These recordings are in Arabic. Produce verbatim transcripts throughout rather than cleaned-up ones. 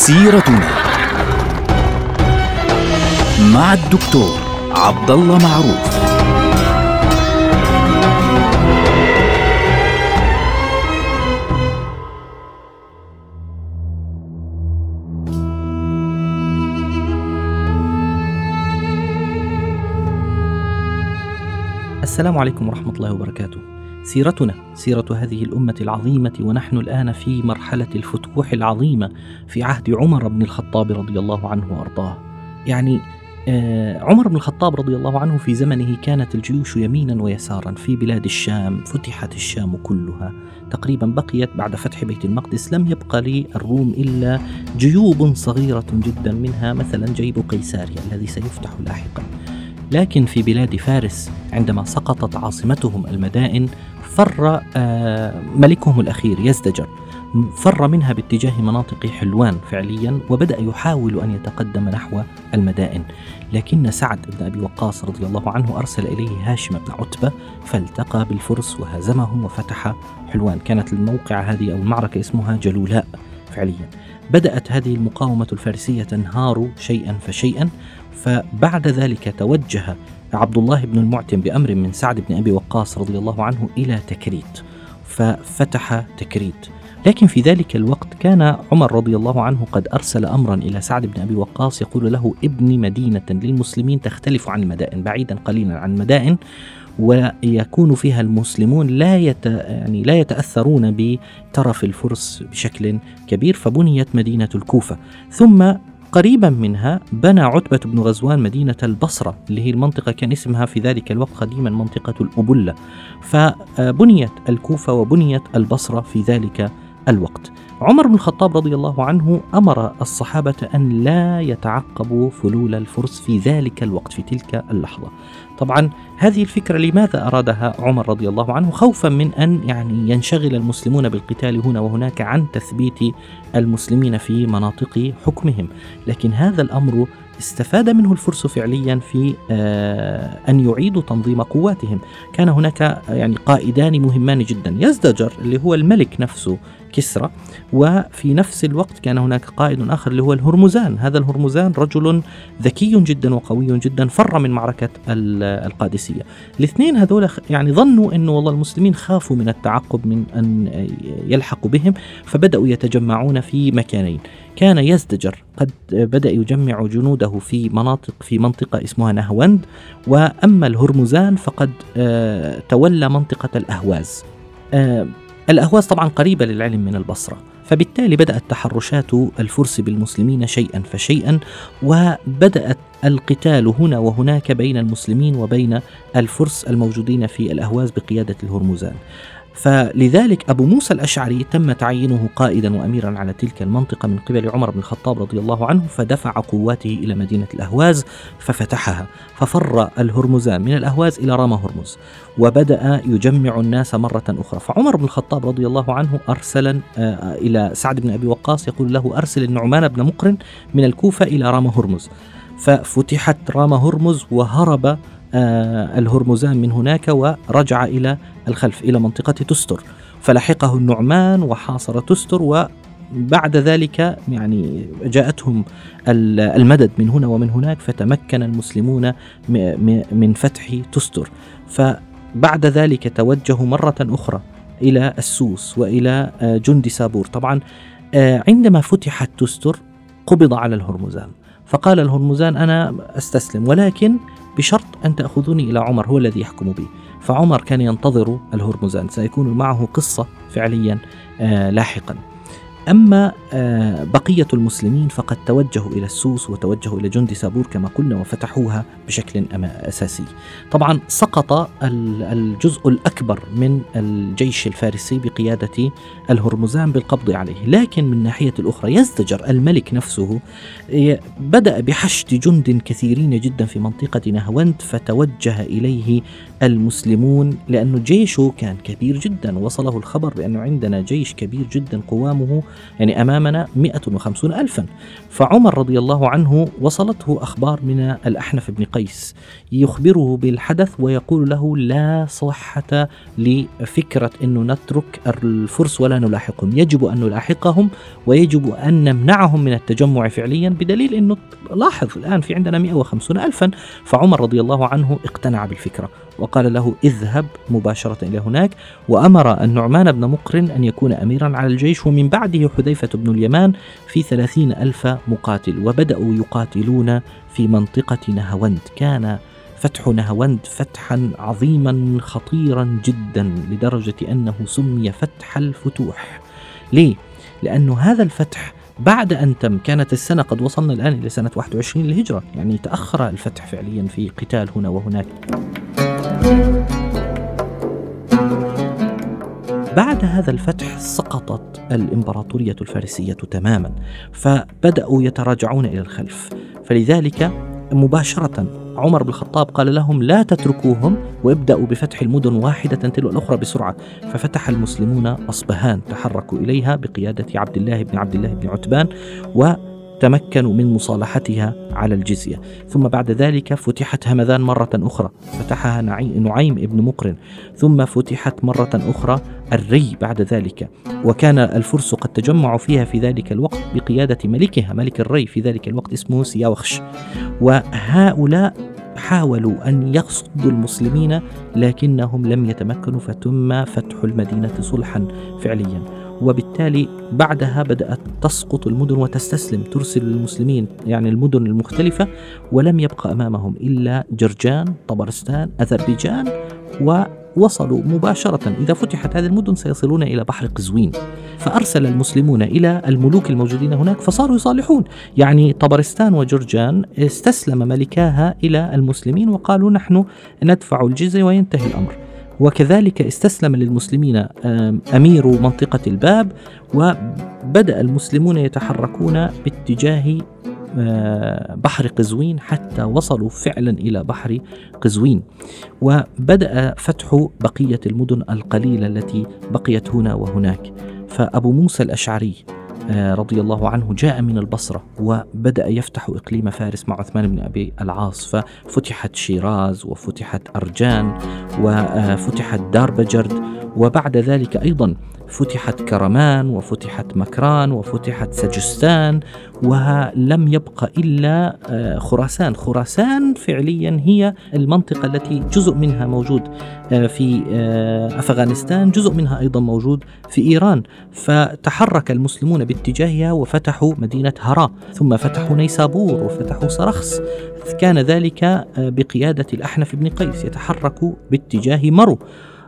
سيرتنا مع الدكتور عبد الله معروف. السلام عليكم ورحمة الله وبركاته. سيرتنا سيرة هذه الأمة العظيمة، ونحن الآن في مرحلة الفتوح العظيمة في عهد عمر بن الخطاب رضي الله عنه وأرضاه. يعني آه عمر بن الخطاب رضي الله عنه في زمنه كانت الجيوش يمينا ويسارا في بلاد الشام، فتحت الشام كلها تقريبا، بقيت بعد فتح بيت المقدس لم يبقى للروم إلا جيوب صغيرة جدا، منها مثلا جيب قيساريا الذي سيفتح لاحقا. لكن في بلاد فارس عندما سقطت عاصمتهم المدائن فر ملكهم الأخير يزدجر، فر منها باتجاه مناطق حلوان فعليا، وبدأ يحاول أن يتقدم نحو المدائن. لكن سعد بن أبي وقاص رضي الله عنه أرسل إليه هاشم بن عتبة فالتقى بالفرس وهزمهم وفتح حلوان. كانت الموقع هذه أو المعركة اسمها جلولاء فعليا. بدأت هذه المقاومة الفارسية تنهار شيئا فشيئا، فبعد ذلك توجه عبد الله بن المعتم بأمر من سعد بن أبي وقاص رضي الله عنه إلى تكريت، ففتح تكريت. لكن في ذلك الوقت كان عمر رضي الله عنه قد أرسل أمرا إلى سعد بن أبي وقاص يقول له: ابن مدينة للمسلمين تختلف عن المدائن، بعيدا قليلا عن المدائن، ويكون فيها المسلمون لا يت... يعني لا يتأثرون بترف الفرس بشكل كبير. فبنيت مدينة الكوفة، ثم قريبا منها بنى عتبة بن غزوان مدينة البصرة، اللي هي المنطقة كان اسمها في ذلك الوقت قديما منطقة الأبلة. فبنيت الكوفة وبنيت البصرة في ذلك الوقت. عمر بن الخطاب رضي الله عنه أمر الصحابة أن لا يتعقبوا فلول الفرس في ذلك الوقت، في تلك اللحظة. طبعا هذه الفكرة لماذا أرادها عمر رضي الله عنه؟ خوفا من أن يعني ينشغل المسلمون بالقتال هنا وهناك عن تثبيت المسلمين في مناطق حكمهم. لكن هذا الأمر استفاد منه الفرس فعليا في آه أن يعيدوا تنظيم قواتهم. كان هناك يعني قائدان مهمان جدا، يزدجر اللي هو الملك نفسه كسرى، وفي نفس الوقت كان هناك قائد آخر اللي هو الهرمزان. هذا الهرمزان رجل ذكي جدا وقوي جدا، فر من معركة القادسية. الاثنين هذول يعني ظنوا أنه والله المسلمين خافوا من التعقب من أن يلحقوا بهم، فبدأوا يتجمعون في مكانين. كان يزدجر قد بدأ يجمع جنوده في مناطق في منطقة اسمها نهوند، وأما الهرمزان فقد تولى منطقة الأهواز. الأهواز طبعا قريبة للعلم من البصرة، فبالتالي بدأت تحرشات الفرس بالمسلمين شيئا فشيئا، وبدأت القتال هنا وهناك بين المسلمين وبين الفرس الموجودين في الأهواز بقيادة الهرمزان. فلذلك أبو موسى الأشعري تم تعيينه قائدا وأميرا على تلك المنطقة من قبل عمر بن الخطاب رضي الله عنه، فدفع قواته إلى مدينة الأهواز ففتحها. ففر الهرمزان من الأهواز إلى رام هرمز، وبدأ يجمع الناس مرة أخرى. فعمر بن الخطاب رضي الله عنه أرسل إلى سعد بن أبي وقاص يقول له: أرسل النعمان بن مقرن من الكوفة إلى رام هرمز. ففتحت رام هرمز، وهرب آه الهرمزان من هناك ورجع إلى الخلف إلى منطقة تستر، فلحقه النعمان وحاصر تستر. وبعد ذلك يعني جاءتهم المدد من هنا ومن هناك، فتمكن المسلمون من فتح تستر. فبعد ذلك توجهوا مرة أخرى إلى السوس وإلى جند سابور. طبعا آه عندما فتحت تستر قبض على الهرمزان، فقال الهرمزان: أنا أستسلم، ولكن بشرط أن تأخذوني إلى عمر، هو الذي يحكم بي. فعمر كان ينتظر الهرمزان، سيكون معه قصة فعليا آه لاحقا. أما آه بقية المسلمين فقد توجهوا إلى السوس وتوجهوا إلى جند سابور كما قلنا، وفتحوها بشكل أساسي. طبعا سقط الجزء الأكبر من الجيش الفارسي بقيادة الهرمزان بالقبض عليه. لكن من ناحية الأخرى يزدجر الملك نفسه بدأ بحشد جند كثيرين جدا في منطقة نهوند، فتوجه إليه المسلمون لأن جيشه كان كبير جدا. وصله الخبر بأنه عندنا جيش كبير جدا قوامه يعني أمامنا مئة وخمسون ألفا. فعمر رضي الله عنه وصلته أخبار من الأحنف بن قيس يخبره بالحدث ويقول له لا صحة لفكرة أنه نترك الفرس ولا نلاحقهم، يجب أن نلاحقهم ويجب أن نمنعهم من التجمع فعليا، بدليل أنه لاحظ الآن في عندنا مئة وخمسون ألفا. فعمر رضي الله عنه اقتنع بالفكرة وقال له اذهب مباشرة إلى هناك، وأمر النعمان بن مقرن أن يكون أميرا على الجيش، ومن بعده حذيفة بن اليمان في ثلاثين ألف مقاتل، وبدأوا يقاتلون في منطقة نهاوند. كان فتح نهاوند فتحا عظيما خطيرا جدا لدرجة أنه سمي فتح الفتوح. ليه؟ لأنه هذا الفتح بعد أن تم، كانت السنة قد وصلنا الآن إلى سنة واحد وعشرين للهجرة، يعني تأخر الفتح فعليا في قتال هنا وهناك. بعد هذا الفتح سقطت الإمبراطورية الفارسية تماما، فبدأوا يتراجعون إلى الخلف. فلذلك مباشرة عمر بن الخطاب قال لهم لا تتركوهم وابدأوا بفتح المدن واحدة تلو الأخرى بسرعة. ففتح المسلمون أصبهان، تحركوا إليها بقيادة عبد الله بن عبد الله بن عتبان وتمكنوا من مصالحتها على الجزية. ثم بعد ذلك فتحت همذان مرة أخرى، فتحها نعيم بن مقرن. ثم فتحت مرة أخرى الري بعد ذلك، وكان الفرس قد تجمعوا فيها في ذلك الوقت بقيادة ملكها ملك الري في ذلك الوقت اسمه سياوخش. وهؤلاء حاولوا أن يصدوا المسلمين لكنهم لم يتمكنوا، فتم فتح المدينة صلحا فعليا. وبالتالي بعدها بدأت تسقط المدن وتستسلم، ترسل المسلمين يعني المدن المختلفة، ولم يبقى أمامهم إلا جرجان، طبرستان، أذربيجان، ووصلوا مباشرة. إذا فتحت هذه المدن سيصلون إلى بحر قزوين. فأرسل المسلمون إلى الملوك الموجودين هناك فصاروا يصالحون، يعني طبرستان وجرجان استسلم ملكاها إلى المسلمين وقالوا نحن ندفع الجزية وينتهي الأمر. وكذلك استسلم للمسلمين أمير منطقة الباب، وبدأ المسلمون يتحركون باتجاه بحر قزوين حتى وصلوا فعلا إلى بحر قزوين. وبدأ فتح بقية المدن القليلة التي بقيت هنا وهناك. فأبو موسى الأشعري رضي الله عنه جاء من البصرة وبدأ يفتح إقليم فارس مع عثمان بن أبي العاص، ففتحت شيراز وفتحت أرجان وفتحت داربجرد، وبعد ذلك أيضا فتحت كرمان وفتحت مكران وفتحت سجستان، ولم يبقى إلا خراسان. خراسان فعليا هي المنطقة التي جزء منها موجود في أفغانستان، جزء منها أيضا موجود في إيران. فتحرك المسلمون باتجاهها وفتحوا مدينة هراء، ثم فتحوا نيسابور وفتحوا سرخس. كان ذلك بقيادة الأحنف بن قيس، يتحرك باتجاه مرو.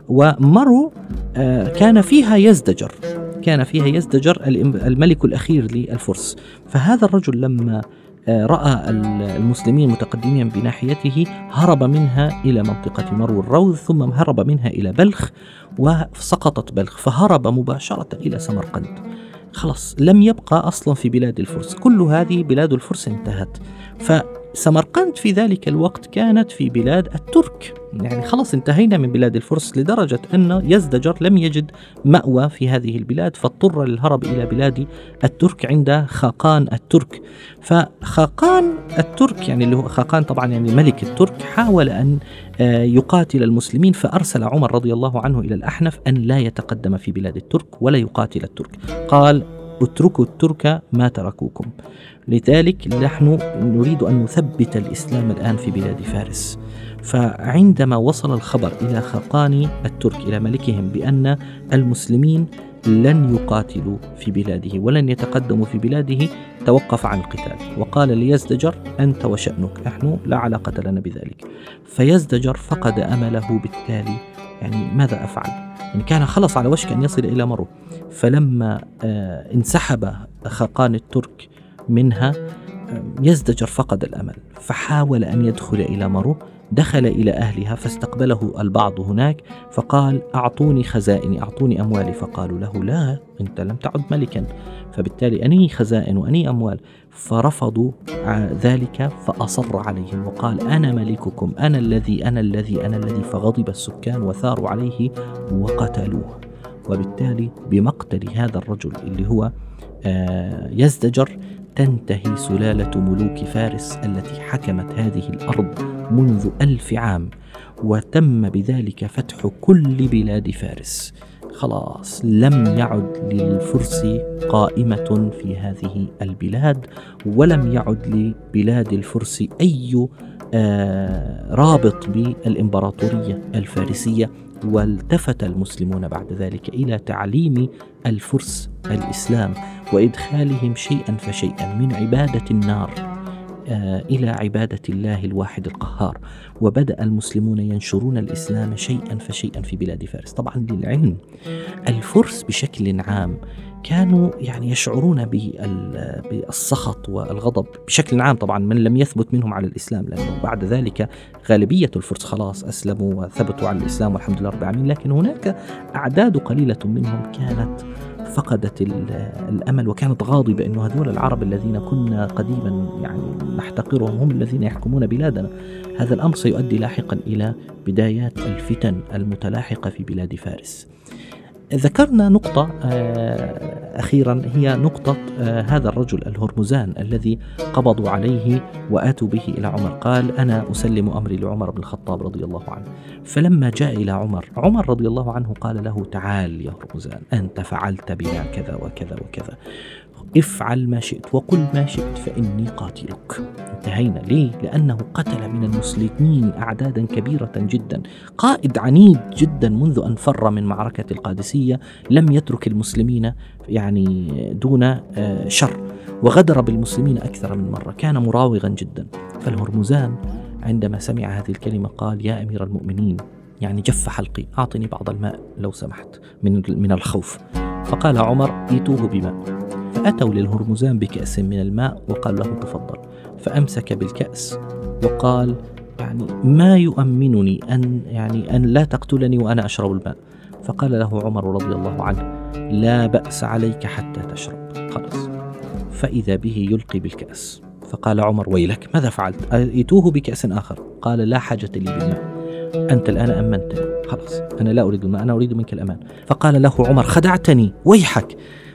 ومرو كان فيها يزدجر كان فيها يزدجر الملك الأخير للفرس. فهذا الرجل لما رأى المسلمين متقدمين بناحيته هرب منها إلى منطقة مرو الروض، ثم هرب منها إلى بلخ وسقطت بلخ، فهرب مباشرة إلى سمرقند. خلاص لم يبقى أصلا في بلاد الفرس، كل هذه بلاد الفرس انتهت. فسمرقند في ذلك الوقت كانت في بلاد الترك، يعني خلاص انتهينا من بلاد الفرس، لدرجة أن يزدجر لم يجد مأوى في هذه البلاد، فاضطر للهرب إلى بلاد الترك عند خاقان الترك. فخاقان الترك يعني اللي هو خاقان طبعا يعني ملك الترك حاول أن يقاتل المسلمين، فأرسل عمر رضي الله عنه إلى الأحنف أن لا يتقدم في بلاد الترك ولا يقاتل الترك. قال اتركوا الترك ما تركوكم. لذلك نحن نريد أن نثبت الإسلام الآن في بلاد فارس. فعندما وصل الخبر إلى خاقان الترك إلى ملكهم بأن المسلمين لن يقاتلوا في بلاده ولن يتقدموا في بلاده، توقف عن القتال وقال ليزدجر أنت وشأنك، نحن لا علاقة لنا بذلك. فيزدجر فقد أمله، بالتالي يعني ماذا أفعل؟ يعني كان خلص على وشك أن يصل إلى مرو. فلما آه انسحب خاقان الترك منها يزدجر فقد الأمل، فحاول أن يدخل إلى مرو. دخل إلى أهلها فاستقبله البعض هناك، فقال أعطوني خزائني، أعطوني أموالي. فقالوا له لا، أنت لم تعد ملكا، فبالتالي أني خزائن وأني أموال. فرفضوا ذلك، فأصر عليهم وقال أنا ملككم، أنا الذي أنا الذي أنا الذي فغضب السكان وثاروا عليه وقتلوه. وبالتالي بمقتل هذا الرجل اللي هو يزدجر تنتهي سلالة ملوك فارس التي حكمت هذه الأرض منذ ألف عام، وتم بذلك فتح كل بلاد فارس. خلاص لم يعد للفرس قائمة في هذه البلاد، ولم يعد لبلاد الفرس أي آه رابط بالإمبراطورية الفارسية. والتفت المسلمون بعد ذلك إلى تعليم الفرس الإسلام وإدخالهم شيئا فشيئا من عبادة النار آه إلى عبادة الله الواحد القهار، وبدأ المسلمون ينشرون الإسلام شيئا فشيئا في بلاد فارس. طبعا للعلم الفرس بشكل عام كانوا يعني يشعرون بالسخط والغضب بشكل عام، طبعا من لم يثبت منهم على الإسلام، لأنه بعد ذلك غالبية الفرس خلاص أسلموا وثبتوا على الإسلام والحمد لله رب العالمين، لكن هناك أعداد قليلة منهم كانت فقدت الأمل وكانت غاضبة أنه هذول العرب الذين كنا قديما يعني نحتقرهم هم الذين يحكمون بلادنا. هذا الأمر سيؤدي لاحقا إلى بدايات الفتن المتلاحقة في بلاد فارس. ذكرنا نقطة أخيرا هي نقطة هذا الرجل الهرمزان الذي قبضوا عليه وآتوا به إلى عمر. قال أنا أسلم أمري لعمر بن الخطاب رضي الله عنه. فلما جاء إلى عمر، عمر رضي الله عنه قال له تعال يا هرمزان، أنت فعلت بنا كذا وكذا وكذا، افعل ما شئت وقل ما شئت فإني قاتلك. انتهينا. ليه؟ لأنه قتل من المسلمين أعدادا كبيرة جدا، قائد عنيد جدا منذ أن فر من معركة القادسية لم يترك المسلمين يعني دون شر، وغدر بالمسلمين أكثر من مرة، كان مراوغا جدا. فالهرمزان عندما سمع هذه الكلمة قال يا أمير المؤمنين، يعني جف حلقي، أعطني بعض الماء لو سمحت من من الخوف. فقال عمر ائتوه بماء. فأتوا للهرمزان بكأس من الماء وقال له تفضل. فأمسك بالكأس وقال يعني ما يؤمنني أن يعني أن لا تقتلني وأنا أشرب الماء. فقال له عمر رضي الله عنه لا بأس عليك حتى تشرب، خلاص. فإذا به يلقي بالكأس. فقال عمر ويلك ماذا فعلت؟ ائتوه بكأس آخر. قال لا حاجة لي بالماء، أنت الآن أمنتني، خلاص أنا لا أريد الماء، أنا أريد منك الأمان. فقال له عمر خدعتني ويحك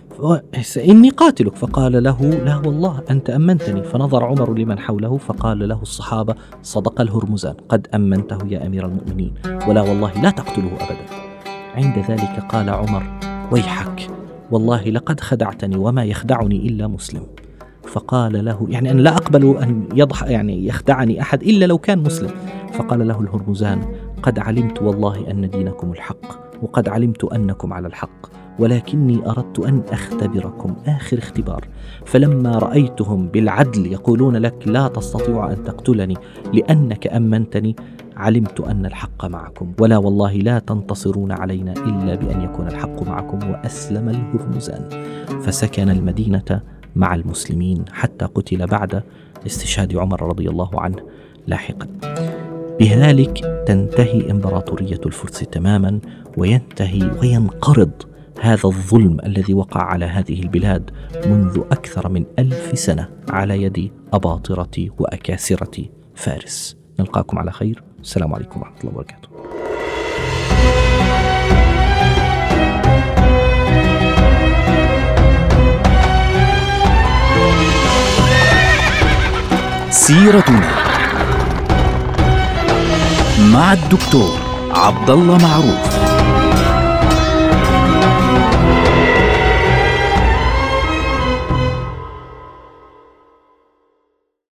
إني قاتلك. فقال له لا والله أنت أمنتني. فنظر عمر لمن حوله فقال له الصحابة صدق الهرمزان، قد أمنته يا أمير المؤمنين، ولا والله لا تقتله أبدا. عند ذلك قال عمر ويحك والله لقد خدعتني وما يخدعني إلا مسلم. فقال له يعني أنا لا أقبل أن يضح يعني يخدعني أحد إلا لو كان مسلم. فقال له الهرمزان قد علمت والله أن دينكم الحق وقد علمت أنكم على الحق، ولكني أردت أن أختبركم آخر اختبار. فلما رأيتهم بالعدل يقولون لك لا تستطيع أن تقتلني لأنك أمنتني، علمت أن الحق معكم، ولا والله لا تنتصرون علينا إلا بأن يكون الحق معكم. وأسلم الهرمزان فسكن المدينة مع المسلمين حتى قتل بعد استشهاد عمر رضي الله عنه لاحقا. بذلك تنتهي إمبراطورية الفرس تماما، وينتهي وينقرض هذا الظلم الذي وقع على هذه البلاد منذ أكثر من ألف سنة على يد أباطرة وأكاسرة فارس. نلقاكم على خير، السلام عليكم ورحمة الله وبركاته. سيرتنا مع الدكتور عبد الله معروف.